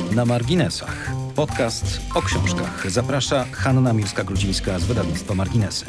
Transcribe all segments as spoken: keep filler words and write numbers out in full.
Na marginesach. Podcast o książkach. Zaprasza Hanna Milska-Grudzińska z wydawnictwa Marginesy.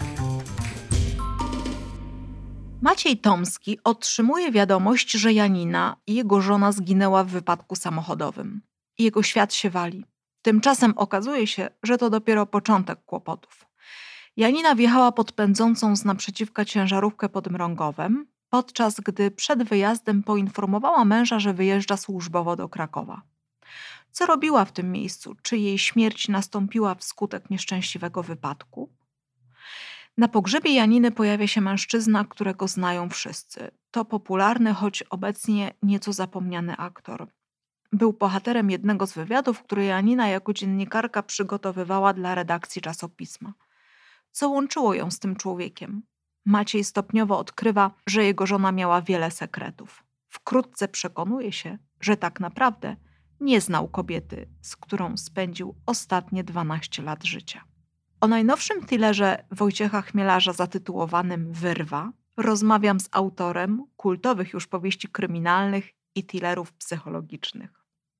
Maciej Tomski otrzymuje wiadomość, że Janina, jego żona, zginęła w wypadku samochodowym. Jego świat się wali. Tymczasem okazuje się, że to dopiero początek kłopotów. Janina wjechała pod pędzącą z naprzeciwka ciężarówkę pod Mrągowem, podczas gdy przed wyjazdem poinformowała męża, że wyjeżdża służbowo do Krakowa. Co robiła w tym miejscu? Czy jej śmierć nastąpiła wskutek nieszczęśliwego wypadku? Na pogrzebie Janiny pojawia się mężczyzna, którego znają wszyscy. To popularny, choć obecnie nieco zapomniany aktor. Był bohaterem jednego z wywiadów, które Janina jako dziennikarka przygotowywała dla redakcji czasopisma. Co łączyło ją z tym człowiekiem? Maciej stopniowo odkrywa, że jego żona miała wiele sekretów. Wkrótce przekonuje się, że tak naprawdę nie znał kobiety, z którą spędził ostatnie dwanaście lat życia. O najnowszym thrillerze Wojciecha Chmielarza zatytułowanym Wyrwa rozmawiam z autorem kultowych już powieści kryminalnych i thrillerów psychologicznych.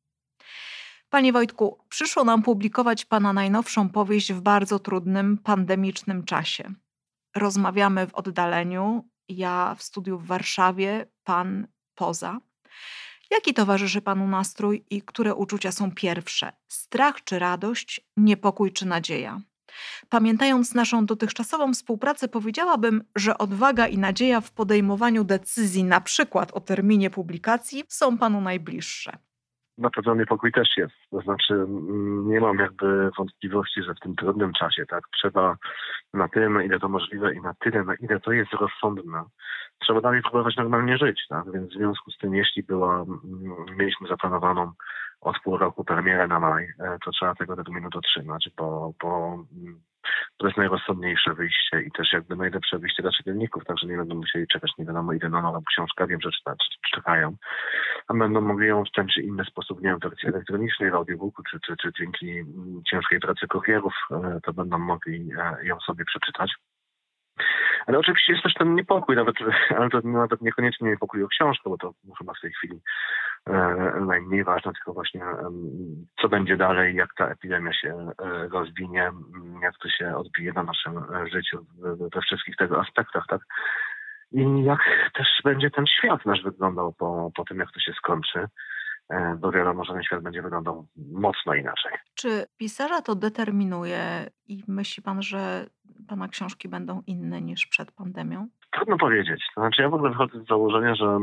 Panie Wojtku, przyszło nam publikować Pana najnowszą powieść w bardzo trudnym, pandemicznym czasie. Rozmawiamy w oddaleniu, ja w studiu w Warszawie, Pan poza. Jaki towarzyszy Panu nastrój i które uczucia są pierwsze? Strach czy radość, niepokój czy nadzieja? Pamiętając naszą dotychczasową współpracę, powiedziałabym, że odwaga i nadzieja w podejmowaniu decyzji, na przykład o terminie publikacji, są Panu najbliższe. Na pewno niepokój też jest. To znaczy nie mam jakby wątpliwości, że w tym trudnym czasie tak trzeba na tyle, na ile to możliwe i na tyle, na ile to jest rozsądne, trzeba dalej próbować normalnie żyć. Tak? Więc w związku z tym, jeśli była, mieliśmy zaplanowaną od pół roku premierę na maj, to trzeba tego terminu dotrzymać, bo, bo to jest najrozsądniejsze wyjście i też jakby najlepsze wyjście dla czytelników, także nie będą musieli czekać nie wiadomo ile na nową książkę, wiem, że czytać, czekają, a będą mogli ją w ten czy inny sposób, nie wiem, w wersji elektronicznej, w audiobooku, czy, czy, czy dzięki ciężkiej pracy kurierów, to będą mogli ją sobie przeczytać. Ale oczywiście jest też ten niepokój, nawet, ale to nawet niekoniecznie niepokój o książkę, bo to chyba w tej chwili e, najmniej ważne, tylko właśnie e, co będzie dalej, jak ta epidemia się e, rozwinie, jak to się odbije na naszym życiu we wszystkich tego aspektach, tak? I jak też będzie ten świat nasz wyglądał po, po tym, jak to się skończy. Bo wiadomo, że ten świat będzie wyglądał mocno inaczej. Czy pisarza to determinuje i myśli Pan, że Pana książki będą inne niż przed pandemią? Trudno powiedzieć. To znaczy ja w ogóle wychodzę z założenia, że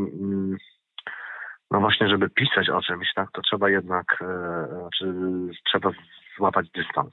no właśnie, żeby pisać o czymś, tak, to trzeba jednak, znaczy, trzeba złapać dystans.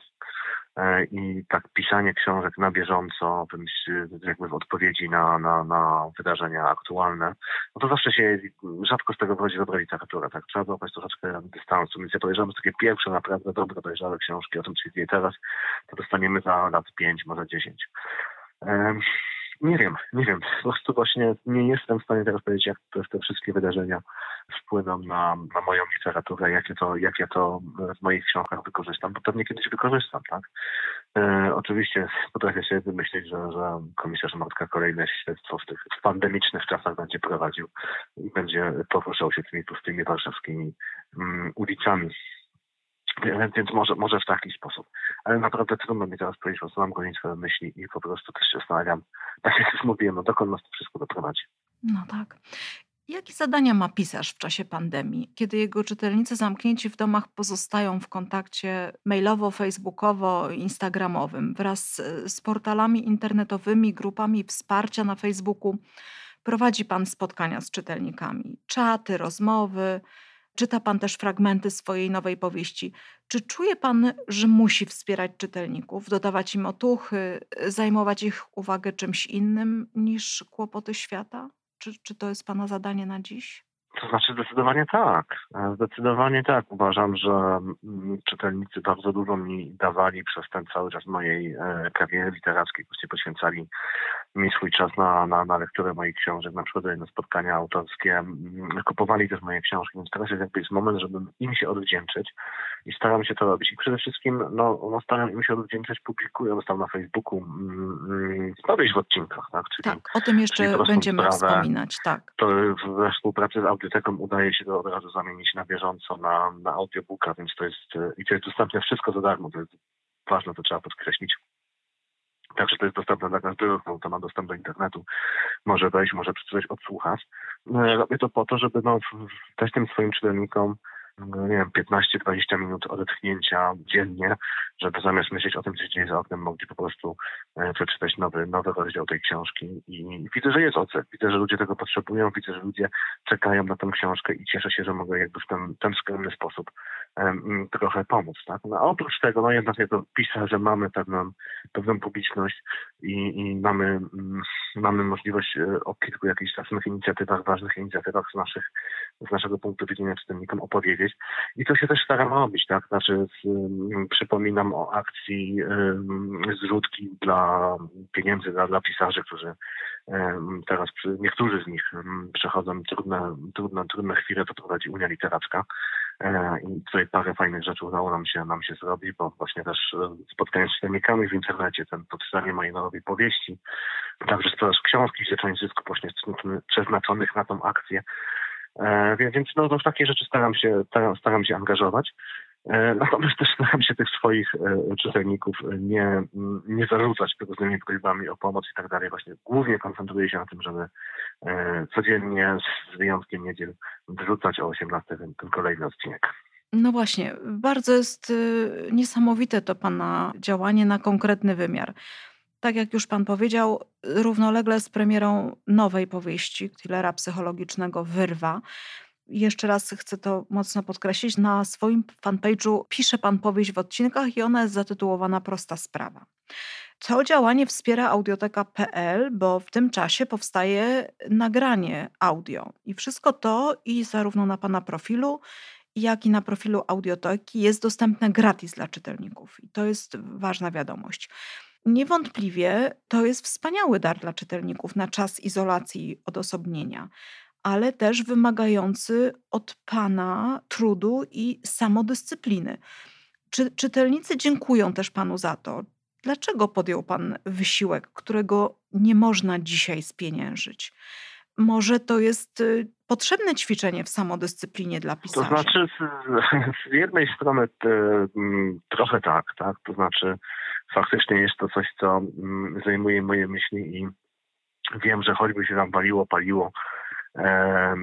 I tak pisanie książek na bieżąco, jakby w odpowiedzi na, na, na wydarzenia aktualne, no to zawsze się, rzadko z tego wychodzi dobra literatura, tak? Trzeba złapać troszeczkę dystansu, więc ja podejrzewam, że takie pierwsze naprawdę dobre, dojrzałe książki o tym, co się dzieje teraz, to dostaniemy za lat pięć, może dziesięć. Um, nie wiem, nie wiem, po prostu właśnie nie jestem w stanie teraz powiedzieć, jak te, te wszystkie wydarzenia wpłyną na, na moją literaturę, jak ja, to, jak ja to w moich książkach wykorzystam, bo pewnie kiedyś wykorzystam, tak? E, oczywiście potrafię sobie wymyślić, że, że komisarz Mordka kolejne śledztwo w tych pandemicznych czasach będzie prowadził i będzie poruszał się tymi pustymi warszawskimi um, ulicami. Więc, więc może, może w taki sposób. Ale naprawdę trudno mi teraz powiedzieć, bo mam gonić myśli i po prostu też się zastanawiam, tak jak już mówiłem, no dokąd nas to wszystko doprowadzi. No tak. Jakie zadania ma pisarz w czasie pandemii, kiedy jego czytelnicy zamknięci w domach pozostają w kontakcie mailowo, facebookowo, instagramowym wraz z portalami internetowymi, grupami wsparcia na Facebooku? Prowadzi Pan spotkania z czytelnikami, czaty, rozmowy, czyta Pan też fragmenty swojej nowej powieści. Czy czuje Pan, że musi wspierać czytelników, dodawać im otuchy, zajmować ich uwagę czymś innym niż kłopoty świata? Czy, czy to jest Pana zadanie na dziś? To znaczy zdecydowanie tak. Zdecydowanie tak. Uważam, że czytelnicy bardzo dużo mi dawali przez ten cały czas mojej kariery literackiej. Właśnie poświęcali mi swój czas na, na, na lekturę moich książek, na przykład na spotkania autorskie. Kupowali też moje książki, więc teraz jest jakby jest moment, żeby im się odwdzięczyć i staram się to robić. I przede wszystkim no, no staram im się odwdzięczać publikując tam na Facebooku powieść w odcinkach. Tak, czyli, tak o tym jeszcze będziemy sprawę, wspominać. Tak. To we współpracy z audio bibliotekom udaje się to od razu zamienić na bieżąco na, na audiobooka, więc to jest, i to jest dostępne wszystko za darmo, to jest ważne, to trzeba podkreślić. Także to jest dostępne dla każdego, kto ma dostęp do internetu, może wejść, może przeczytać, odsłuchać. Robię to po to, żeby no, dać tym swoim czytelnikom nie wiem, piętnaście dwadzieścia minut odetchnięcia dziennie, żeby zamiast myśleć o tym, co się dzieje za oknem, mogli po prostu e, przeczytać nowy, nowy rozdział tej książki. I widzę, że jest odsek. Widzę, że ludzie tego potrzebują. Widzę, że ludzie czekają na tę książkę i cieszę się, że mogę jakby w ten, ten skromny sposób e, trochę pomóc. Tak? No, a oprócz tego, no jednak jako pisarze mamy pewną, pewną publiczność i, i mamy, mm, mamy możliwość e, o kilku jakichś zacnych inicjatywach, ważnych inicjatywach z naszych, z naszego punktu widzenia czytelnikom opowiedzieć. I to się też staram robić, tak? Znaczy z, um, przypominam o akcji um, zrzutki dla pieniędzy dla, dla pisarzy, którzy um, teraz, przy, niektórzy z nich um, przechodzą trudne, trudne, trudne chwile, to prowadzi Unia Literacka. E, I tutaj parę fajnych rzeczy udało nam się, nam się zrobić, bo właśnie też e, spotkając się z czytelnikami w internecie, ten podpisanie mojej nowej powieści, także sprzedaż książki, gdzie część zysku właśnie przeznaczonych na tą akcję. E, więc no, to w takie rzeczy staram się, staram, staram się angażować. E, natomiast też staram się tych swoich e, czytelników nie, nie zarzucać różnymi prośbami o pomoc i tak dalej. Właśnie głównie koncentruję się na tym, żeby e, codziennie z wyjątkiem niedziel wrzucać o osiemnastej ten, ten kolejny odcinek. No właśnie, bardzo jest y, niesamowite to pana działanie na konkretny wymiar. Tak jak już pan powiedział, równolegle z premierą nowej powieści thrillera psychologicznego Wyrwa, jeszcze raz chcę to mocno podkreślić, na swoim fanpage'u pisze pan powieść w odcinkach i ona jest zatytułowana Prosta sprawa. To działanie wspiera audioteka kropka p l, bo w tym czasie powstaje nagranie audio. I wszystko to i zarówno na pana profilu, jak i na profilu Audioteki jest dostępne gratis dla czytelników. I to jest ważna wiadomość. Niewątpliwie to jest wspaniały dar dla czytelników na czas izolacji, odosobnienia, ale też wymagający od pana trudu i samodyscypliny. Czy czytelnicy dziękują też panu za to? Dlaczego podjął pan wysiłek, którego nie można dzisiaj spieniężyć? Może to jest y, potrzebne ćwiczenie w samodyscyplinie dla pisarzy? To znaczy z, z jednej strony t, m, trochę tak, tak, to znaczy faktycznie jest to coś, co m, zajmuje moje myśli i wiem, że choćby się tam waliło, paliło, e,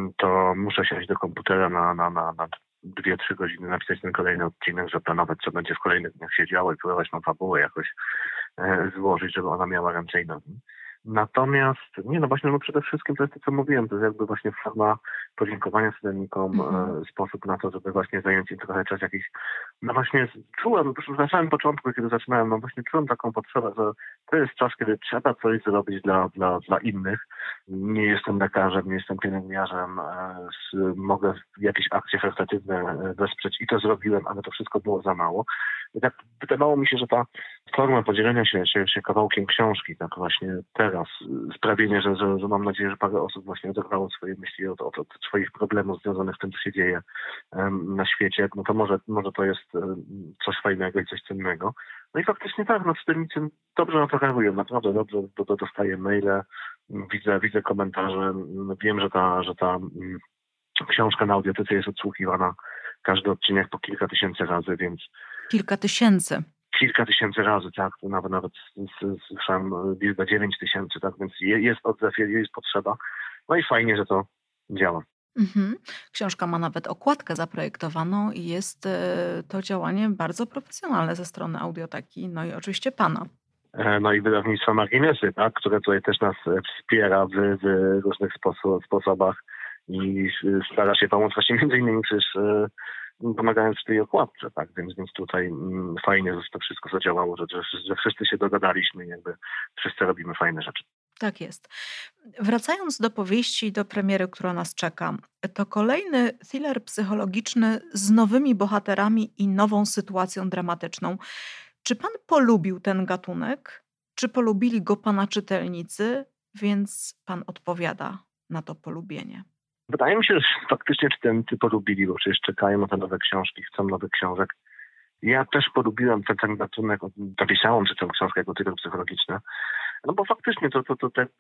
to muszę siąść do komputera na, na, na, na dwie, trzy godziny, napisać ten kolejny odcinek, zaplanować, co będzie w kolejnych dniach się działo i próbować na fabułę jakoś e, złożyć, żeby ona miała ręce i nogi. Natomiast, nie no właśnie, no przede wszystkim to jest to, co mówiłem, to jest jakby właśnie forma podziękowania czytelnikom, mm-hmm. e, sposób na to, żeby właśnie zająć im trochę czas jakiś, no właśnie czułem, na samym początku, kiedy zaczynałem, no właśnie czułem taką potrzebę, że to jest czas, kiedy trzeba coś zrobić dla, dla, dla innych. Nie jestem lekarzem, nie jestem pielęgniarzem, e, z, mogę jakieś akcje charytatywne wesprzeć i to zrobiłem, ale to wszystko było za mało. I tak wydawało mi się, że ta forma podzielenia się, się, się kawałkiem książki, tak właśnie teraz, sprawienie, że, że, że mam nadzieję, że parę osób właśnie oderwało swoje myśli od, od, od swoich problemów związanych z tym, co się dzieje um, na świecie, no to może, może to jest um, coś fajnego i coś cennego. No i faktycznie tak, no czytelnicy dobrze na to reagują, naprawdę dobrze, do, do, dostaję maile, widzę, widzę komentarze, wiem, że ta, że ta um, książka na audiotece jest odsłuchiwana, każdy odcinek po kilka tysięcy razy, więc Kilka tysięcy. Kilka tysięcy razy, tak. To nawet nawet słyszałem liczbę dziewięć tysięcy, tak. Więc jest odzew, jest potrzeba. No i fajnie, że to działa. Mhm. Książka ma nawet okładkę zaprojektowaną i jest to działanie bardzo profesjonalne ze strony Audioteki, no i oczywiście pana. No i wydawnictwo Marginesy, tak, które tutaj też nas wspiera w, w różnych sposob, sposobach i stara się pomóc właśnie między innymi przecież pomagając w tej okładce, tak, więc, więc tutaj mm, fajnie, że to wszystko zadziałało, że, że, że wszyscy się dogadaliśmy i jakby wszyscy robimy fajne rzeczy. Tak jest. Wracając do powieści i do premiery, która nas czeka, to kolejny thriller psychologiczny z nowymi bohaterami i nową sytuacją dramatyczną. Czy pan polubił ten gatunek? Czy polubili go pana czytelnicy? Więc pan odpowiada na to polubienie. Wydaje mi się, że faktycznie czytelnicy polubili, bo przecież czekają na te nowe książki, chcą nowych książek. Ja też polubiłem ten, ten gatunek, napisałem tę książkę jako thriller psychologiczny, no bo faktycznie to, to, to, to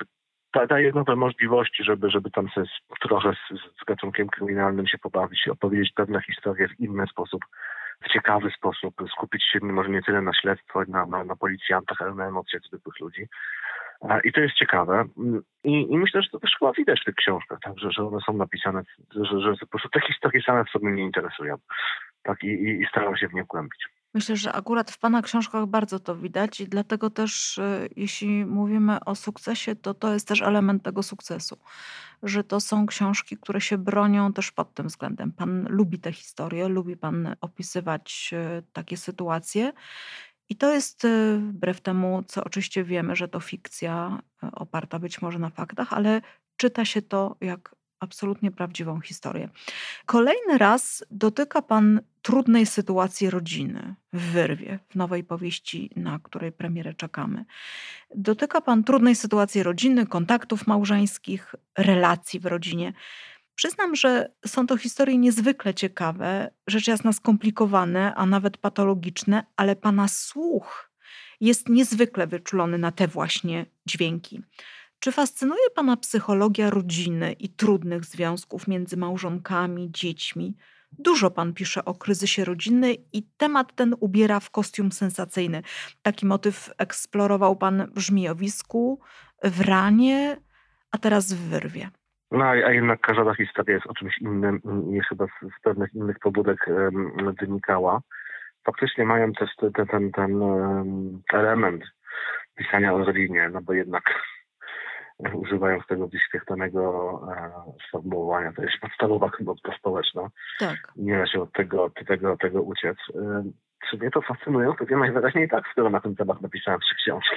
da, daje nowe możliwości, żeby, żeby tam sobie trochę z, z gatunkiem kryminalnym się pobawić i opowiedzieć pewne historie w inny sposób, w ciekawy sposób, skupić się może nie tyle na śledztwo, na, na, na policjantach, ale na emocjach zwykłych ludzi. I to jest ciekawe. I, I myślę, że to też chyba widać w tych książkach, tak, że, że one są napisane, że, że po prostu te historie same w sobie mnie interesują. Tak, i, i, i staram się w nie głębić. Myślę, że akurat w pana książkach bardzo to widać i dlatego też, y, jeśli mówimy o sukcesie, to to jest też element tego sukcesu, że to są książki, które się bronią też pod tym względem. Pan lubi te historie, lubi pan opisywać y, takie sytuacje i to jest y, wbrew temu, co oczywiście wiemy, że to fikcja y, oparta być może na faktach, ale czyta się to jak absolutnie prawdziwą historię. Kolejny raz dotyka pan trudnej sytuacji rodziny w Wyrwie, w nowej powieści, na której premierę czekamy. Dotyka pan trudnej sytuacji rodziny, kontaktów małżeńskich, relacji w rodzinie. Przyznam, że są to historie niezwykle ciekawe, rzecz jasna skomplikowane, a nawet patologiczne, ale pana słuch jest niezwykle wyczulony na te właśnie dźwięki. Czy fascynuje pana psychologia rodziny i trudnych związków między małżonkami, dziećmi? Dużo pan pisze o kryzysie rodziny i temat ten ubiera w kostium sensacyjny. Taki motyw eksplorował pan w Żmijowisku, w Ranie, a teraz w Wyrwie. No a jednak każda historia jest o czymś innym i chyba z, z pewnych innych pobudek um, wynikała. Faktycznie mają też ten, ten, ten, ten um, element pisania o rodzinie, no bo jednak używając tego wyświetlonego e, sformułowania, to jest podstawowa chybota społeczna. Tak. Nie da się od tego, od tego, od tego uciec. E, czy mnie to fascynuje? To wiem najwyraźniej tak, skoro na ten temat napisałem trzy książki.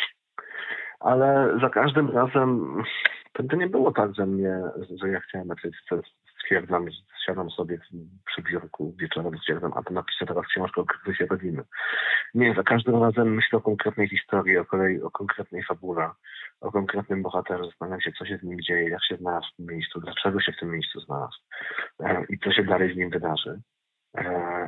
Ale za każdym razem to, to nie było tak, że mnie, że ja chciałem napisać, stwierdzam, że siadam sobie przy biurku wieczorem, stwierdzam, a to napiszę teraz książkę o kryzysie rodziny. Nie, za każdym razem myślę o konkretnej historii, o, kolei, o konkretnej fabule, o konkretnym bohaterze, zastanawiam się, co się z nim dzieje, jak się znalazł w tym miejscu, dlaczego się w tym miejscu znalazł e, i co się dalej z nim wydarzy. E,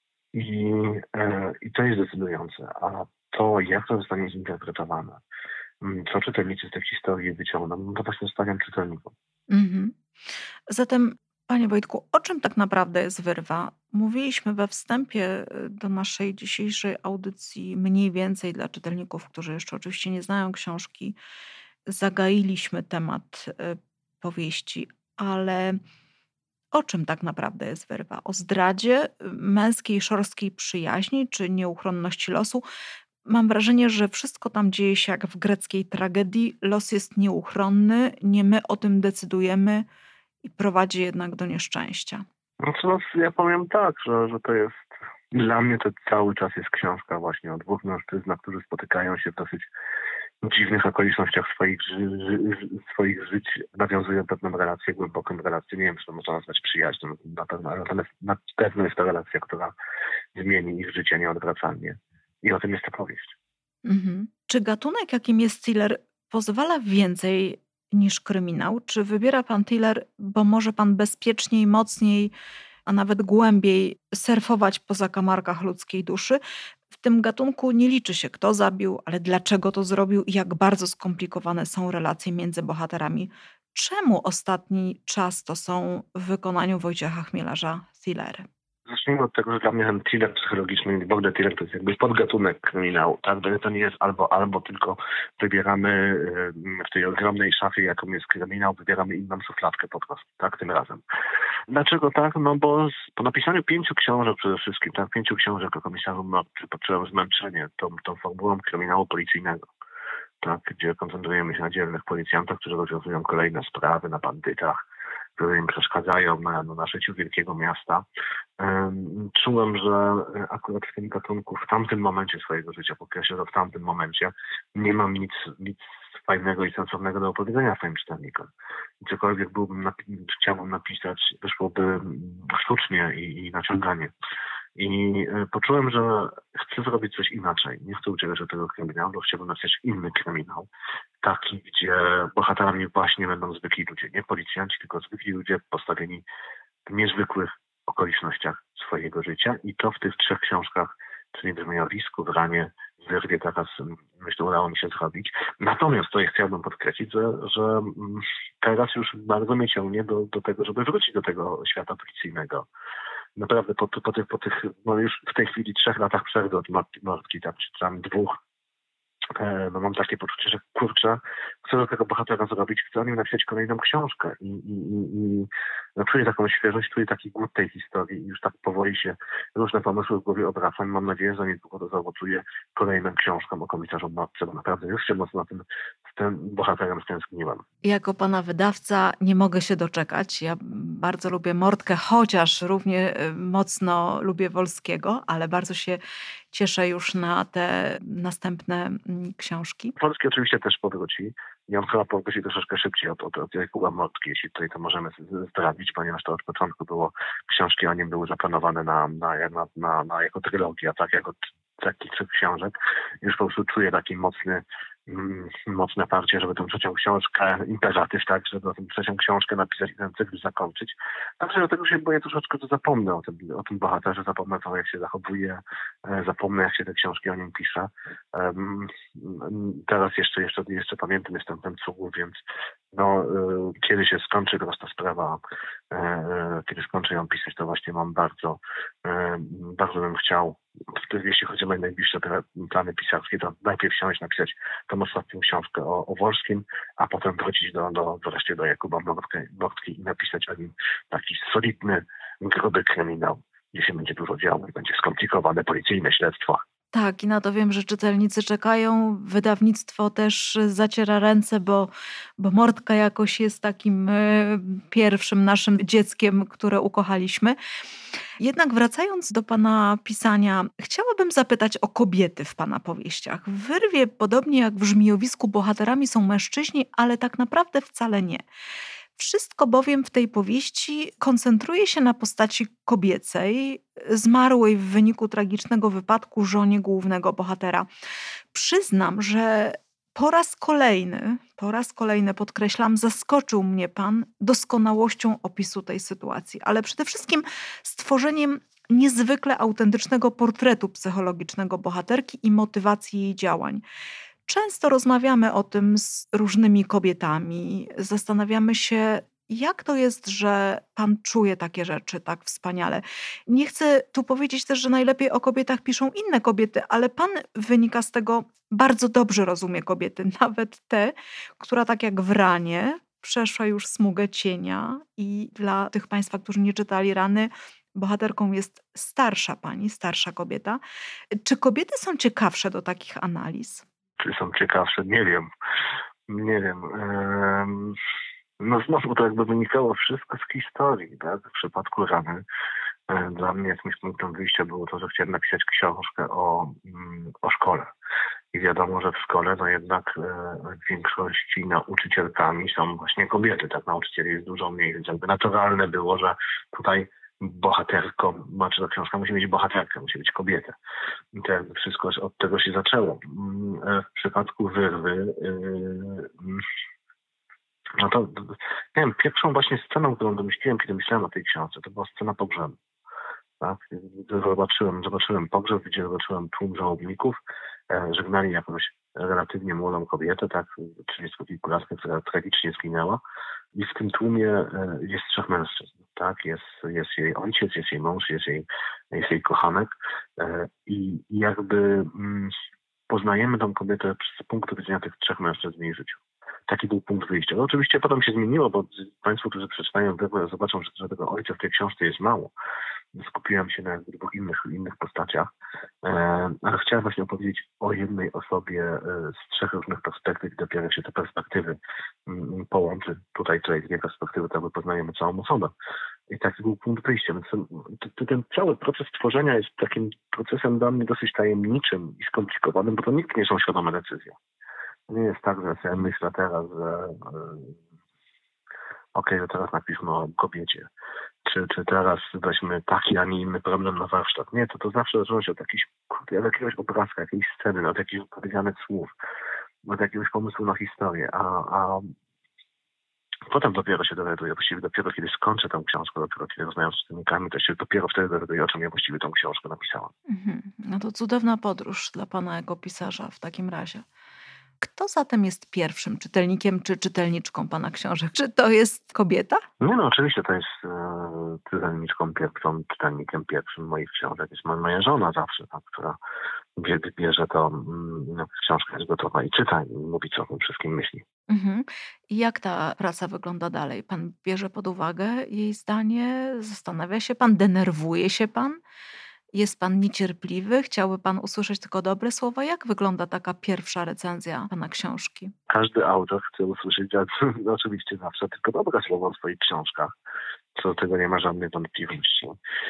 i, e, I to jest decydujące. A to, jak to zostanie zinterpretowane, co czytelnicy z tych historii wyciągną, no to właśnie stawiam czytelnikom. Mhm. Zatem, panie Wojtku, o czym tak naprawdę jest Wyrwa? Mówiliśmy we wstępie do naszej dzisiejszej audycji mniej więcej dla czytelników, którzy jeszcze oczywiście nie znają książki. Zagailiśmy temat powieści, ale o czym tak naprawdę jest Wyrwa? O zdradzie, męskiej, szorstkiej przyjaźni czy nieuchronności losu? Mam wrażenie, że wszystko tam dzieje się jak w greckiej tragedii. Los jest nieuchronny, nie my o tym decydujemy i prowadzi jednak do nieszczęścia. Znaczy, no, ja powiem tak, że, że to jest... Dla mnie to cały czas jest książka właśnie o dwóch mężczyznach, którzy spotykają się w dosyć dziwnych okolicznościach swoich, ży, ży, swoich żyć, nawiązują pewną relację, głęboką relację. Nie wiem, czy to można nazwać przyjaźnią na pewno, ale na pewno jest to relacja, która zmieni ich życie nieodwracalnie. I o tym jest ta powieść. Mhm. Czy gatunek, jakim jest thriller, pozwala więcej niż kryminał? Czy wybiera pan thriller, bo może pan bezpieczniej, mocniej, a nawet głębiej surfować po zakamarkach ludzkiej duszy? W tym gatunku nie liczy się, kto zabił, ale dlaczego to zrobił i jak bardzo skomplikowane są relacje między bohaterami. Czemu ostatni czas to są w wykonaniu Wojciecha Chmielarza thrillery? Zacznijmy od tego, że dla mnie ten thriller psychologiczny, w ogóle thriller to jest jakby podgatunek kryminału. Tak? To nie jest albo, albo tylko wybieramy w tej ogromnej szafie, jaką jest kryminał, wybieramy inną szufladkę po prostu, tak, tym razem. Dlaczego tak? No bo z, po napisaniu pięciu książek przede wszystkim, tak, pięciu książek o komisarzu Mord, poczułem zmęczenie tą, tą formułą kryminału policyjnego. Tak, gdzie koncentrujemy się na dzielnych policjantach, którzy rozwiązują kolejne sprawy, na bandytach, które im przeszkadzają na, na życiu wielkiego miasta. Um, czułem, że akurat w tym gatunku, w tamtym momencie swojego życia, podkreślę, że w tamtym momencie nie mam nic, nic fajnego i sensownego do opowiedzenia swoim czytelnikom. I cokolwiek byłbym napi- chciałbym napisać, wyszłoby sztucznie i, i naciąganie. I y, poczułem, że chcę zrobić coś inaczej. Nie chcę uciekać od tego kryminału, chciałbym napisać inny kryminał. Taki, gdzie bohaterami właśnie będą zwykli ludzie. Nie policjanci, tylko zwykli ludzie postawieni w niezwykłych okolicznościach swojego życia. I to w tych trzech książkach, czyli w Żmijowisku, w Ranie, wyrwie teraz, myślę, udało mi się zrobić. Natomiast to chciałbym podkreślić, że, że teraz już bardzo mnie ciągnie do, do tego, żeby wrócić do tego świata fikcyjnego. Naprawdę po, po, tych, po tych, no już w tej chwili trzech latach przerwy od Martki, Martki tam, czy tam dwóch, no mam takie poczucie, że kurczę, chcę do tego bohatera zrobić, chcę o nim napisać kolejną książkę i, i, i, i no, czuję taką świeżość, czuję taki głód tej historii i już tak powoli się różne pomysły w głowie obracam. Mam nadzieję, że niedługo to zaowocuję kolejną książką o komisarzu Mordce, bo naprawdę już się mocno na tym, z tym bohaterem stęskniłem. Jako pana wydawca nie mogę się doczekać. Ja bardzo lubię Mordkę, chociaż równie mocno lubię Wolskiego, ale bardzo się cieszę już na te następne książki. Wolski oczywiście też powróci. I on chyba powróci troszeczkę szybciej od, od, od Jakuba Mordki, jeśli tutaj to możemy zdradzić, ponieważ to od początku było, książki o nim były zaplanowane na, na, na, na, na jako trylogia, tak, jako takich trzech książek. Już po prostu czuję taki mocny, mm, mocne parcie, żeby tę trzecią książkę, imperatyw, tak, żeby tę trzecią książkę napisać i ten cykl zakończyć. Także do tego się boję troszeczkę, że zapomnę o tym, o tym bohaterze, zapomnę to, jak się zachowuje, e, zapomnę, jak się te książki o nim pisze. Um, teraz jeszcze, jeszcze, jeszcze pamiętam, jestem w tym cugu, więc no, e, kiedy się skończy teraz ta sprawa, e, e, kiedy skończę ją pisać, to właśnie mam bardzo, e, bardzo bym chciał, jeśli chodzi o moje najbliższe plany pisarskie, to najpierw siąść napisać tą ostatnią książkę o, o Wolskim, a potem wrócić do, do, wreszcie do Jakuba Mordki i napisać o nim taki solidny, gruby kryminał, gdzie się będzie dużo działo i będzie skomplikowane policyjne śledztwo. Tak, i na to wiem, że czytelnicy czekają. Wydawnictwo też zaciera ręce, bo, bo Mordka jakoś jest takim y, pierwszym naszym dzieckiem, które ukochaliśmy. Jednak wracając do pana pisania, chciałabym zapytać o kobiety w pana powieściach. W Wyrwie, podobnie jak w Żmijowisku, bohaterami są mężczyźni, ale tak naprawdę wcale nie. Wszystko bowiem w tej powieści koncentruje się na postaci kobiecej, zmarłej w wyniku tragicznego wypadku żonie głównego bohatera. Przyznam, że po raz kolejny, po raz kolejny podkreślam, zaskoczył mnie pan doskonałością opisu tej sytuacji, ale przede wszystkim stworzeniem niezwykle autentycznego portretu psychologicznego bohaterki i motywacji jej działań. Często rozmawiamy o tym z różnymi kobietami, zastanawiamy się, jak to jest, że pan czuje takie rzeczy tak wspaniale. Nie chcę tu powiedzieć też, że najlepiej o kobietach piszą inne kobiety, ale pan wynika z tego, bardzo dobrze rozumie kobiety, nawet te, która tak jak w Ranie przeszła już smugę cienia i dla tych państwa, którzy nie czytali Rany, bohaterką jest starsza pani, starsza kobieta. Czy kobiety są ciekawsze do takich analiz? Czy są ciekawsze? Nie wiem. Nie wiem. Ehm, no znowu to jakby wynikało wszystko z historii, tak? W przypadku Rany e, dla mnie jakimś punktem wyjścia było to, że chciałem napisać książkę o, mm, o szkole. I wiadomo, że w szkole no jednak e, w większości nauczycielkami są właśnie kobiety, tak? Nauczycieli jest dużo mniej, więc jakby naturalne było, że tutaj bohaterką, znaczy ta książka musi mieć bohaterkę, musi być kobietę. I to jakby wszystko od tego się zaczęło. W przypadku Wyrwy, no to, nie wiem, pierwszą właśnie sceną, którą domyśliłem, kiedy myślałem o tej książce, to była scena pogrzebu. Tak? Zobaczyłem, zobaczyłem pogrzeb, gdzie zobaczyłem tłum żałobników, żegnali jakąś relatywnie młodą kobietę, tak, trzydziestokilkulatkę, która tragicznie zginęła. I w tym tłumie jest trzech mężczyzn, tak? Jest, jest jej ojciec, jest jej mąż, jest jej, jest jej kochanek i jakby mm, poznajemy tą kobietę z punktu widzenia tych trzech mężczyzn w jej życiu. Taki był punkt wyjścia. No oczywiście potem się zmieniło, bo państwo, którzy przeczytają Wyrwę, zobaczą, że, że tego ojca w tej książce jest mało. Skupiłem się na dwóch innych, innych postaciach, e, ale chciałem właśnie opowiedzieć o jednej osobie e, z trzech różnych perspektyw i dopiero się te perspektywy m, połączy. Tutaj, tutaj dwie perspektywy, to poznajemy całą osobę. I taki był punkt wyjścia. Więc ten, ten, ten cały proces tworzenia jest takim procesem dla mnie dosyć tajemniczym i skomplikowanym, bo to nigdy nie są świadome decyzje. Nie jest tak, że sobie myślę teraz, że e, okej, okay, teraz napiszmy o kobiecie. Czy, czy teraz weźmy taki, a nie inny problem na warsztat. Nie, to to zawsze zaczyna się od, jakiejś, od jakiegoś obrazka, jakiejś sceny, od jakichś odpowiedzianych słów, od jakiegoś pomysłu na historię. A, a Potem dopiero się dowiaduję, właściwie dopiero kiedy skończę tę książkę, dopiero kiedy rozmawiam z czytelnikami, to się dopiero wtedy dowiaduję, o czym ja właściwie tę książkę napisałam. Mhm. No to cudowna podróż dla pana jako pisarza w takim razie. Kto zatem jest pierwszym czytelnikiem czy czytelniczką pana książek? Czy to jest kobieta? Nie no, oczywiście to jest e, czytelniczką pierwszą, czytelnikiem pierwszym moich książek. Jest moja, moja żona zawsze, tak, która wie, bierze to, mm, książka jest gotowa i czyta i mówi, co o tym wszystkim myśli. Mhm. I jak ta praca wygląda dalej? Pan bierze pod uwagę jej zdanie? Zastanawia się pan? Denerwuje się pan? Jest pan niecierpliwy? Chciałby pan usłyszeć tylko dobre słowa? Jak wygląda taka pierwsza recenzja pana książki? Każdy autor chce usłyszeć oczywiście zawsze tylko dobre słowo o swoich książkach. Co do tego nie ma żadnej wątpliwości.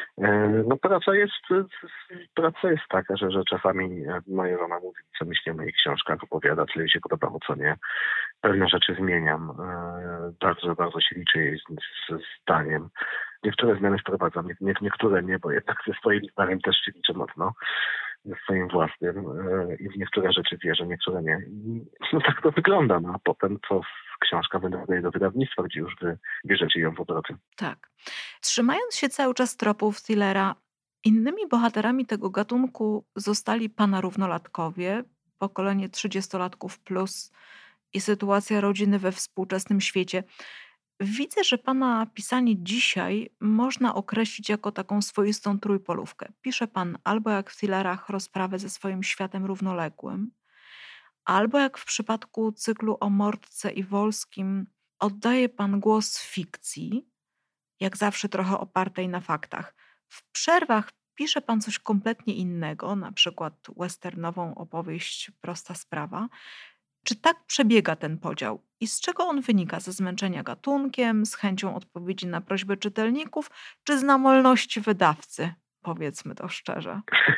No praca jest, praca jest taka, że, że czasami moja żona mówi, co myśli o moich książkach, opowiada, co jej się podobało, co nie. Pewne rzeczy zmieniam. Bardzo, bardzo się liczy jej z, z zdaniem. Niektóre zmiany wprowadzam, nie, nie, niektóre nie, bo jednak ze swoim zdaniem też się liczę mocno. Ze swoim własnym i w niektóre rzeczy wierzę, niektóre nie. I no tak to wygląda, no a potem co książka wydaje do wydawnictwa, gdzie już wy bierzecie ją w obroty. Tak. Trzymając się cały czas tropów thrillera, innymi bohaterami tego gatunku zostali pana równolatkowie, pokolenie trzydziestolatków plus i sytuacja rodziny we współczesnym świecie. Widzę, że pana pisanie dzisiaj można określić jako taką swoistą trójpolówkę. Pisze pan albo jak w thrillerach rozprawę ze swoim światem równoległym, albo jak w przypadku cyklu o Mordce i Wolskim oddaje pan głos fikcji, jak zawsze trochę opartej na faktach. W przerwach pisze pan coś kompletnie innego, na przykład westernową opowieść Prosta sprawa. Czy tak przebiega ten podział i z czego on wynika? Ze zmęczenia gatunkiem, z chęcią odpowiedzi na prośby czytelników, czy z namolności wydawcy? Powiedzmy to szczerze.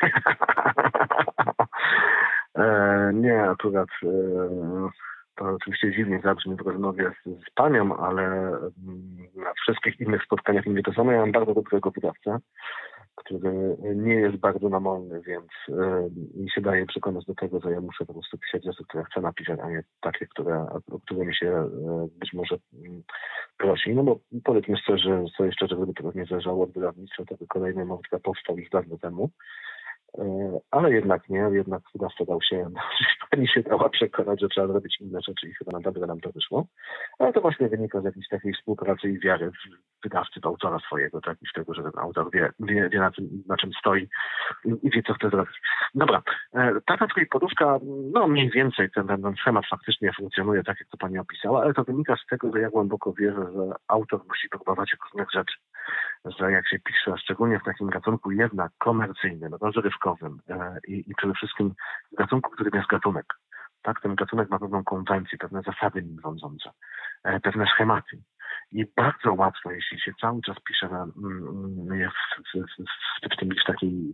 e, nie, akurat e, to oczywiście dziwnie zabrzmi w rozmowie z, z panią, ale na wszystkich innych spotkaniach mówię to samo. Ja mam bardzo dobrego wydawcę, który nie jest bardzo namolny, więc y, mi się daje przekonać do tego, że ja muszę po prostu pisać rzeczy, które chcę napisać, a nie takie, które, o które mi się y, być może y, prosi. No bo powiedzmy szczerze, co jeszcze, żeby to nie zależało od wydawnictwa, to by kolejny Mordka powstał już dawno temu. Ale jednak nie, jednak wydawca dał się, pani się dała przekonać, że trzeba zrobić inne rzeczy i chyba na dobre nam to wyszło. Ale to właśnie wynika z jakiejś takiej współpracy i wiary w wydawcy, w autora swojego, tak? I z tego, że ten autor wie, wie, wie na, czym, na czym stoi i wie, co chce zrobić. Dobra, taka trójpodówka, no mniej więcej ten, ten, ten schemat faktycznie funkcjonuje tak, jak to pani opisała, ale to wynika z tego, że ja głęboko wierzę, że autor musi próbować różnych rzeczy. Że jak się pisze, szczególnie w takim gatunku jednak komercyjnym, rozrywkowym e, i, i przede wszystkim gatunku, którym jest gatunek. Tak, ten gatunek ma pewną konwencję, pewne zasady nim rządzące, e, pewne schematy. I bardzo łatwo, jeśli się cały czas pisze na, mm, w, w, w, w tym w takiej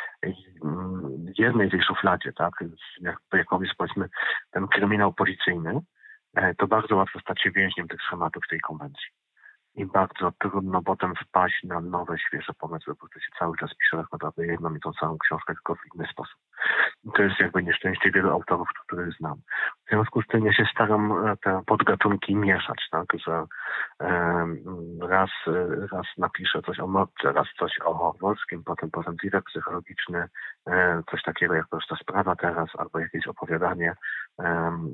mm, jednej tej szufladzie, tak, jak, jaką jest powiedzmy ten kryminał policyjny, e, to bardzo łatwo stać się więźniem tych schematów tej konwencji. I bardzo trudno potem wpaść na nowe, świeże pomysły, bo to się cały czas pisze tak naprawdę jedną i tą samą książkę, tylko w inny sposób. I to jest jakby nieszczęście wielu autorów, których znam. W związku z tym ja się staram te podgatunki mieszać, tak, że um, raz, raz napiszę coś o Mordce, raz coś o Wolskim, potem potem thriller psychologiczny, um, coś takiego jak Prosta sprawa teraz, albo jakieś opowiadanie um,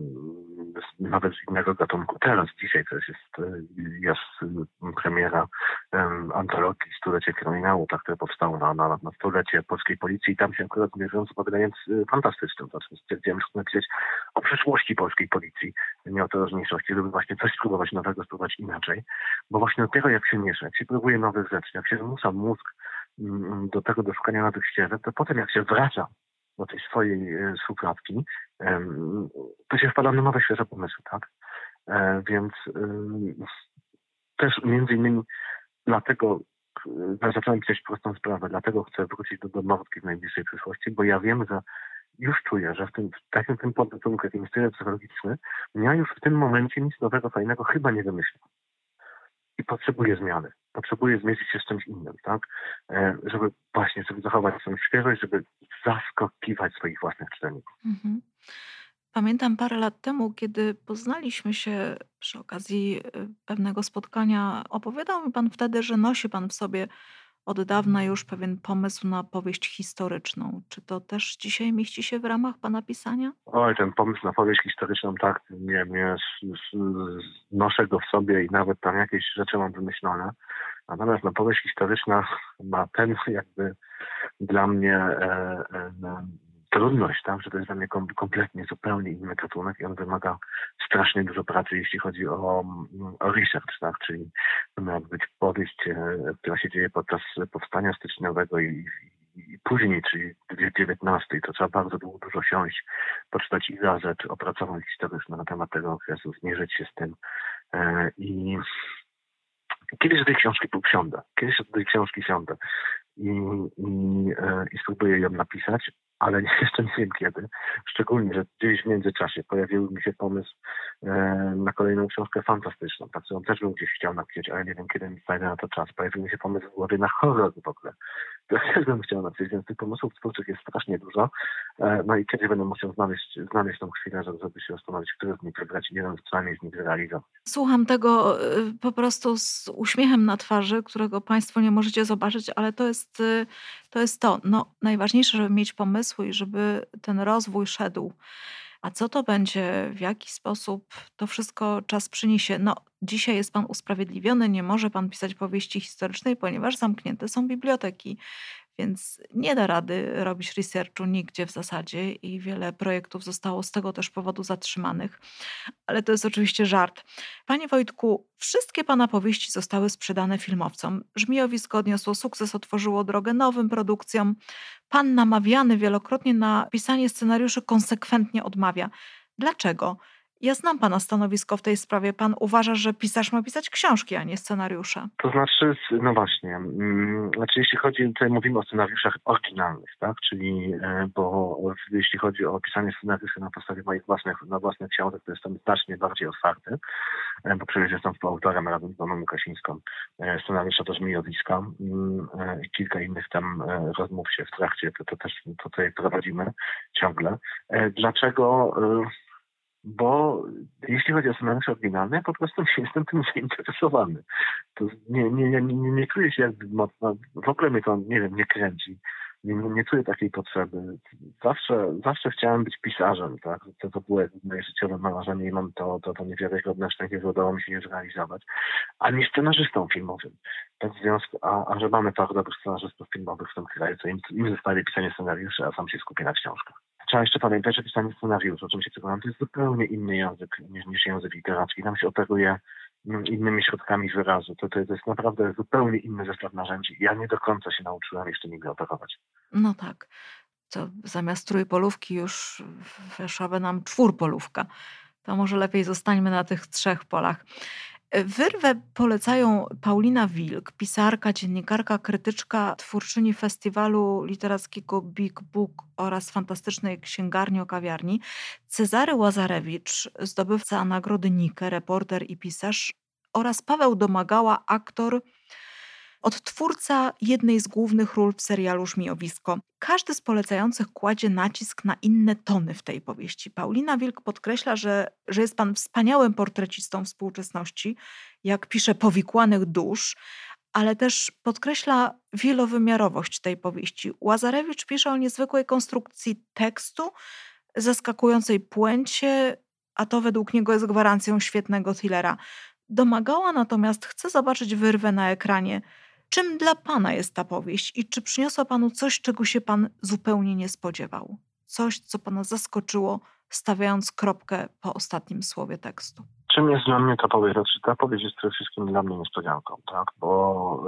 nawet z innego gatunku. Teraz, dzisiaj to jest, jest premiera um, antologii Stulecie kryminału, tak, które powstało na, na, na stulecie polskiej policji i tam się akurat zmierzyłem z opowiadaniem fantastycznym. Znaczy stwierdziłem, że chcę napisać o przyszłości polskiej policji, nie o teraźniejszości, żeby właśnie coś spróbować nowego, spróbować inaczej. Bo właśnie dopiero jak się miesza, jak się próbuje nowych rzeczy, jak się zmusza mózg um, do tego, do szukania nowych ścieżek, to potem jak się wraca do tej swojej e, szufladki, e, to się wpada na nowe, świeże pomysły, tak? E, więc e, też między innymi dlatego e, zacząłem pisać prostą sprawę, dlatego chcę wrócić do, do Mordki w najbliższej przyszłości, bo ja wiem, że już czuję, że w tym w takim tym podgatunku, jakim jest thriller psychologiczny, ja już w tym momencie nic nowego, fajnego chyba nie wymyślam. I potrzebuję zmiany. Potrzebuję zmierzyć się z czymś innym, tak? E, żeby właśnie, żeby zachować swoją świeżość, żeby zaskakiwać swoich własnych czytelników. Mhm. Pamiętam parę lat temu, kiedy poznaliśmy się przy okazji y, pewnego spotkania, opowiadał mi pan wtedy, że nosi pan w sobie od dawna już pewien pomysł na powieść historyczną. Czy to też dzisiaj mieści się w ramach pana pisania? Oj, ten pomysł na powieść historyczną, tak, nie, nie, s- s- noszę go w sobie i nawet tam jakieś rzeczy mam wymyślone. Natomiast no, powieść historyczna ma ten jakby dla mnie e, e, no, trudność, tak, że to jest dla mnie kom, kompletnie zupełnie inny gatunek i on wymaga strasznie dużo pracy, jeśli chodzi o, o research, tak, czyli to miała być powieść, e, która się dzieje podczas powstania styczniowego i, i, i później, czyli w dziewiętnastej, to trzeba bardzo dużo, dużo siąść, poczytać i gazet, opracowań historycznych na temat tego okresu, zmierzyć się z tym e, i kiedyś do tej książki usiądę, kiedyś do tej książki siądę i, i, e, i spróbuję ją napisać, ale jeszcze nie wiem kiedy. Szczególnie, że gdzieś w międzyczasie pojawił mi się pomysł e, na kolejną książkę fantastyczną, tak, którą też bym gdzieś chciał napisać, ale nie wiem kiedy mi znajdę na to czas. Pojawił mi się pomysł w głowie na horror w ogóle. To też bym chciał napisać, więc tych pomysłów twórczych jest strasznie dużo. E, no i kiedy będę musiał znaleźć, znaleźć tą chwilę, żeby, żeby się zastanowić, który z nich wybrać i jeden przynajmniej z nich zrealizować. Słucham tego y, po prostu z uśmiechem na twarzy, którego państwo nie możecie zobaczyć, ale to jest y, to. Jest to. No, najważniejsze, żeby mieć pomysły i żeby ten rozwój szedł. A co to będzie, w jaki sposób, to wszystko czas przyniesie. No, dzisiaj jest pan usprawiedliwiony, nie może pan pisać powieści historycznej, ponieważ zamknięte są biblioteki. Więc nie da rady robić researchu nigdzie w zasadzie i wiele projektów zostało z tego też powodu zatrzymanych. Ale to jest oczywiście żart. Panie Wojtku, wszystkie pana powieści zostały sprzedane filmowcom. Żmijowisko odniosło sukces, otworzyło drogę nowym produkcjom. Pan namawiany wielokrotnie na pisanie scenariuszy konsekwentnie odmawia. Dlaczego? Ja znam pana stanowisko w tej sprawie. Pan uważa, że pisarz ma pisać książki, a nie scenariusze. To znaczy, no właśnie, mm, znaczy jeśli chodzi, tutaj mówimy o scenariuszach oryginalnych, tak, czyli, e, bo jeśli chodzi o pisanie scenariuszy na podstawie moich własnych, na własnych książek, to jestem znacznie bardziej otwarty, e, bo przecież jestem współautorem razem z Doną Łukasińską e, scenariusza do Żmijowiska mm, e, i kilka innych tam e, rozmów się w trakcie, to, to też tutaj prowadzimy ciągle. E, Dlaczego? e, Bo jeśli chodzi o scenariusz oryginalny, po prostu nie jestem tym zainteresowany. To nie, nie, nie, nie, nie czuję się jakby mocno, w ogóle mnie to, nie wiem, nie kręci. Nie, nie, nie czuję takiej potrzeby. Zawsze, zawsze chciałem być pisarzem, tak? To, to było moje życiowe marzenie i mam to, to, to niewiarygodne szczęście, że udało mi się je zrealizować. A nie scenarzystą filmowym. Tak w związku, a, a że mamy paru dobrych scenarzystów filmowych w tym kraju, to im, im zostawi pisanie scenariuszy, a sam się skupię na książkach. Trzeba jeszcze pamiętać, że pisanie scenariuszu, o czym się przekonam, to jest zupełnie inny język niż, niż język literacki. Tam się operuje mm, innymi środkami wyrazu. To, to, to jest naprawdę zupełnie inny zestaw narzędzi. Ja nie do końca się nauczyłem jeszcze nigdy operować. No tak. Co zamiast trójpolówki już weszłaby nam czwórpolówka. To może lepiej zostańmy na tych trzech polach. Wyrwę polecają Paulina Wilk, pisarka, dziennikarka, krytyczka, twórczyni festiwalu literackiego Big Book oraz fantastycznej księgarni o kawiarni, Cezary Łazarewicz, zdobywca nagrody Nike, reporter i pisarz, oraz Paweł Domagała, aktor, odtwórca jednej z głównych ról w serialu Żmijowisko. Każdy z polecających kładzie nacisk na inne tony w tej powieści. Paulina Wilk podkreśla, że, że jest pan wspaniałym portrecistą współczesności, jak pisze powikłanych dusz, ale też podkreśla wielowymiarowość tej powieści. Łazarewicz pisze o niezwykłej konstrukcji tekstu, zaskakującej puencie, a to według niego jest gwarancją świetnego thrillera. Domagała natomiast chce zobaczyć wyrwę na ekranie. Czym dla pana jest ta powieść i czy przyniosła panu coś, czego się pan zupełnie nie spodziewał? Coś, co pana zaskoczyło, stawiając kropkę po ostatnim słowie tekstu. Czym jest dla mnie ta powieść? Znaczy, ta powieść jest przede wszystkim dla mnie niespodzianką, tak? Bo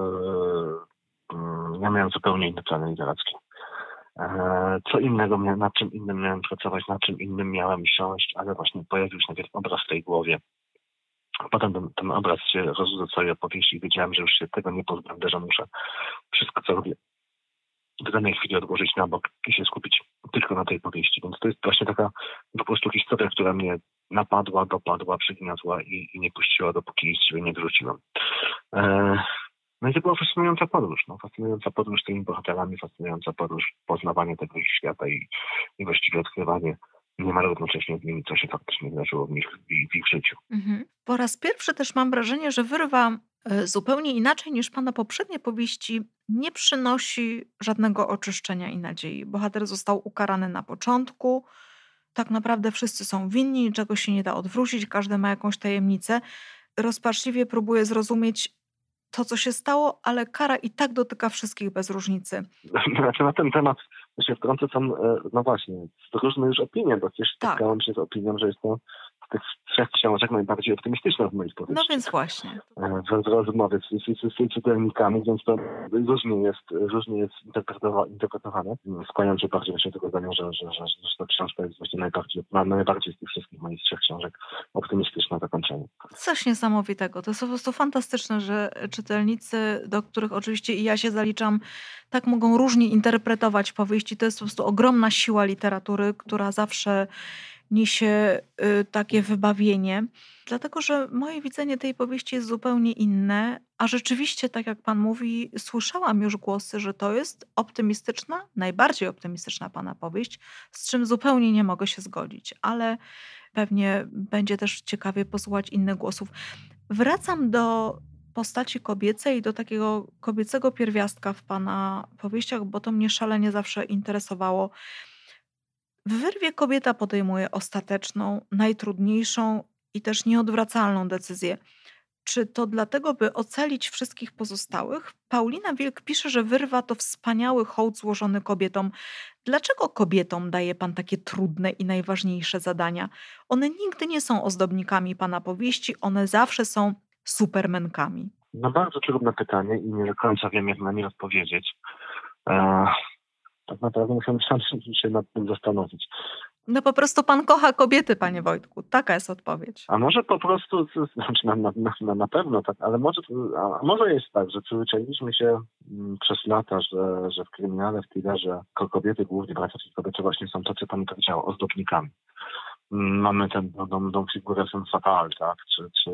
yy, yy, ja miałem zupełnie inne plany literackie. Yy, co innego, mia- nad czym innym miałem pracować, nad czym innym miałem siąść, ale właśnie pojawił się najpierw obraz w tej głowie. Potem ten, ten obraz się rozwiązał całej opowieści i wiedziałem, że już się tego nie pozbędę, że muszę wszystko, co robię, w danej chwili odłożyć na bok i się skupić tylko na tej powieści. Więc to jest właśnie taka po prostu historia, która mnie napadła, dopadła, przygniotła i, i nie puściła, dopóki z siebie nie wróciłem. Eee, no i to była fascynująca podróż. No, fascynująca podróż z tymi bohaterami, fascynująca podróż, poznawanie tego ich świata i, i właściwie odkrywanie niemal równocześnie z nimi, co się faktycznie wydarzyło w, nich, w, ich, w ich życiu. Mhm. Po raz pierwszy też mam wrażenie, że Wyrwa e, zupełnie inaczej niż pana poprzednie powieści nie przynosi żadnego oczyszczenia i nadziei. Bohater został ukarany na początku. Tak naprawdę wszyscy są winni, niczego się nie da odwrócić, każdy ma jakąś tajemnicę. Rozpaczliwie próbuje zrozumieć to, co się stało, ale kara i tak dotyka wszystkich bez różnicy. Znaczy na ten temat się wtrącę, są, no właśnie, różne już opinie, bo też Tak. spotkałem się z opinią, że jest to z tych trzech książek najbardziej optymistyczna w moich No powieściach. więc właśnie. W, w rozmowie z, z, z, z czytelnikami, więc to różnie jest, różnie jest interpretowa, interpretowane. Skłaniam się bardziej się do tego zdania, że, że, że, że ta książka jest właśnie najbardziej, najbardziej z tych wszystkich moich trzech książek optymistyczna zakończenie. Coś niesamowitego. To jest po prostu fantastyczne, że czytelnicy, do których oczywiście i ja się zaliczam, tak mogą różnie interpretować powieści. To jest po prostu ogromna siła literatury, która zawsze niesie y, takie wybawienie. Dlatego, że moje widzenie tej powieści jest zupełnie inne, a rzeczywiście, tak jak pan mówi, słyszałam już głosy, że to jest optymistyczna, najbardziej optymistyczna pana powieść, z czym zupełnie nie mogę się zgodzić, ale pewnie będzie też ciekawie posłuchać innych głosów. Wracam do postaci kobiecej, do takiego kobiecego pierwiastka w pana powieściach, bo to mnie szalenie zawsze interesowało. W Wyrwie kobieta podejmuje ostateczną, najtrudniejszą i też nieodwracalną decyzję. Czy to dlatego, by ocalić wszystkich pozostałych? Paulina Wilk pisze, że Wyrwa to wspaniały hołd złożony kobietom. Dlaczego kobietom daje pan takie trudne i najważniejsze zadania? One nigdy nie są ozdobnikami pana powieści, one zawsze są supermenkami. No bardzo trudne pytanie i nie do końca wiem, jak na nie odpowiedzieć. Eee, tak naprawdę muszę się nad tym zastanowić. No po prostu pan kocha kobiety, panie Wojtku. Taka jest odpowiedź. A może po prostu, znaczy na, na, na, na pewno tak, ale może, a może jest tak, że przyzwyczailiśmy się m, przez lata, że, że w kryminale, w thrillerze kobiety, głównie bracia czy kobiety właśnie są tacy, pani powiedziała, ozdobnikami. Mamy tę tą, tą figurę femme fatale, tak? Czy, czy,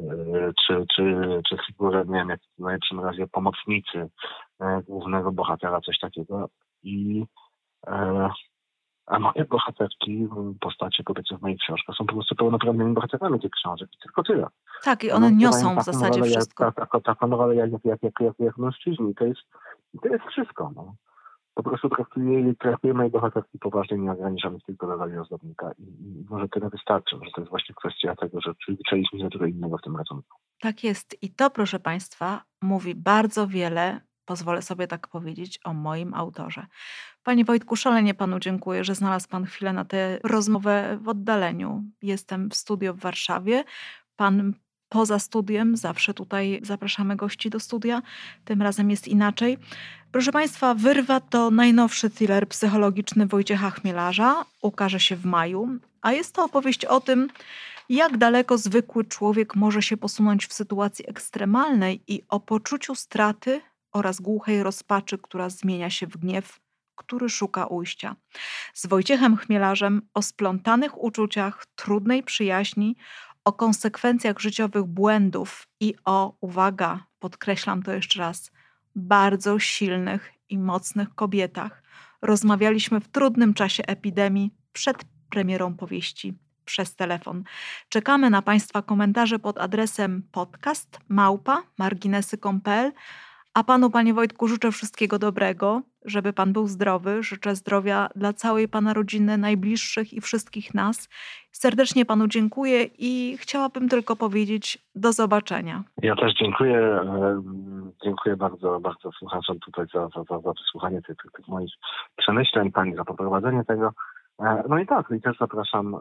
czy, czy, czy figurę, nie wiem, jak w najlepszym razie pomocnicy e, głównego bohatera, coś takiego. I e, a moje bohaterki, postacie kobiece w moich książkach są po prostu pełnoprawnymi bohaterami tych książek. I tylko tyle. Tak, i one no, niosą w zasadzie rolę, wszystko. Jak, taką, taką rolę jak, jak, jak, jak, jak mężczyźni. To jest, to jest wszystko. No. Po prostu traktujemy, traktujemy jej bohaterki poważnie, nie ograniczamy tylko do roli ozdobnika. I, I może tyle wystarczy, że to jest właśnie kwestia tego, że przyzwyczailiśmy się do tego innego w tym ratunku. Tak jest. I to, proszę państwa, mówi bardzo wiele, pozwolę sobie tak powiedzieć, o moim autorze. Panie Wojtku, szalenie panu dziękuję, że znalazł pan chwilę na tę rozmowę w oddaleniu. Jestem w studio w Warszawie. Pan poza studiem, zawsze tutaj zapraszamy gości do studia. Tym razem jest inaczej. Proszę państwa, Wyrwa to najnowszy thriller psychologiczny Wojciecha Chmielarza. Ukaże się w maju, a jest to opowieść o tym, jak daleko zwykły człowiek może się posunąć w sytuacji ekstremalnej i o poczuciu straty oraz głuchej rozpaczy, która zmienia się w gniew, który szuka ujścia. Z Wojciechem Chmielarzem o splątanych uczuciach, trudnej przyjaźni, o konsekwencjach życiowych błędów i o, uwaga, podkreślam to jeszcze raz, bardzo silnych i mocnych kobietach. Rozmawialiśmy w trudnym czasie epidemii przed premierą powieści przez telefon. Czekamy na państwa komentarze pod adresem podcast małpa marginesy kropka com kropka p l. A panu, panie Wojtku, życzę wszystkiego dobrego, żeby pan był zdrowy. Życzę zdrowia dla całej pana rodziny, najbliższych i wszystkich nas. Serdecznie panu dziękuję i chciałabym tylko powiedzieć do zobaczenia. Ja też dziękuję. Dziękuję bardzo, bardzo słuchaczom tutaj za, za, za, za wysłuchanie tych, tych moich przemyśleń, pani za poprowadzenie tego. No i tak, i też zapraszam,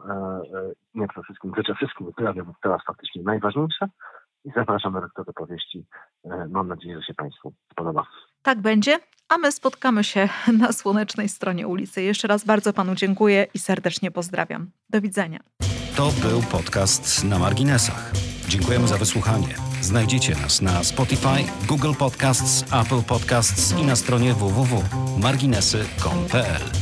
nie przede wszystkim, życzę wszystkim zdrowia, bo teraz faktycznie najważniejsze. I zapraszam do lektury powieści. Mam nadzieję, że się państwu spodoba. Tak będzie, a my spotkamy się na słonecznej stronie ulicy. Jeszcze raz bardzo panu dziękuję i serdecznie pozdrawiam. Do widzenia. To był podcast Na Marginesach. Dziękujemy za wysłuchanie. Znajdziecie nas na Spotify, Google Podcasts, Apple Podcasts i na stronie w w w kropka marginesy kropka com kropka p l.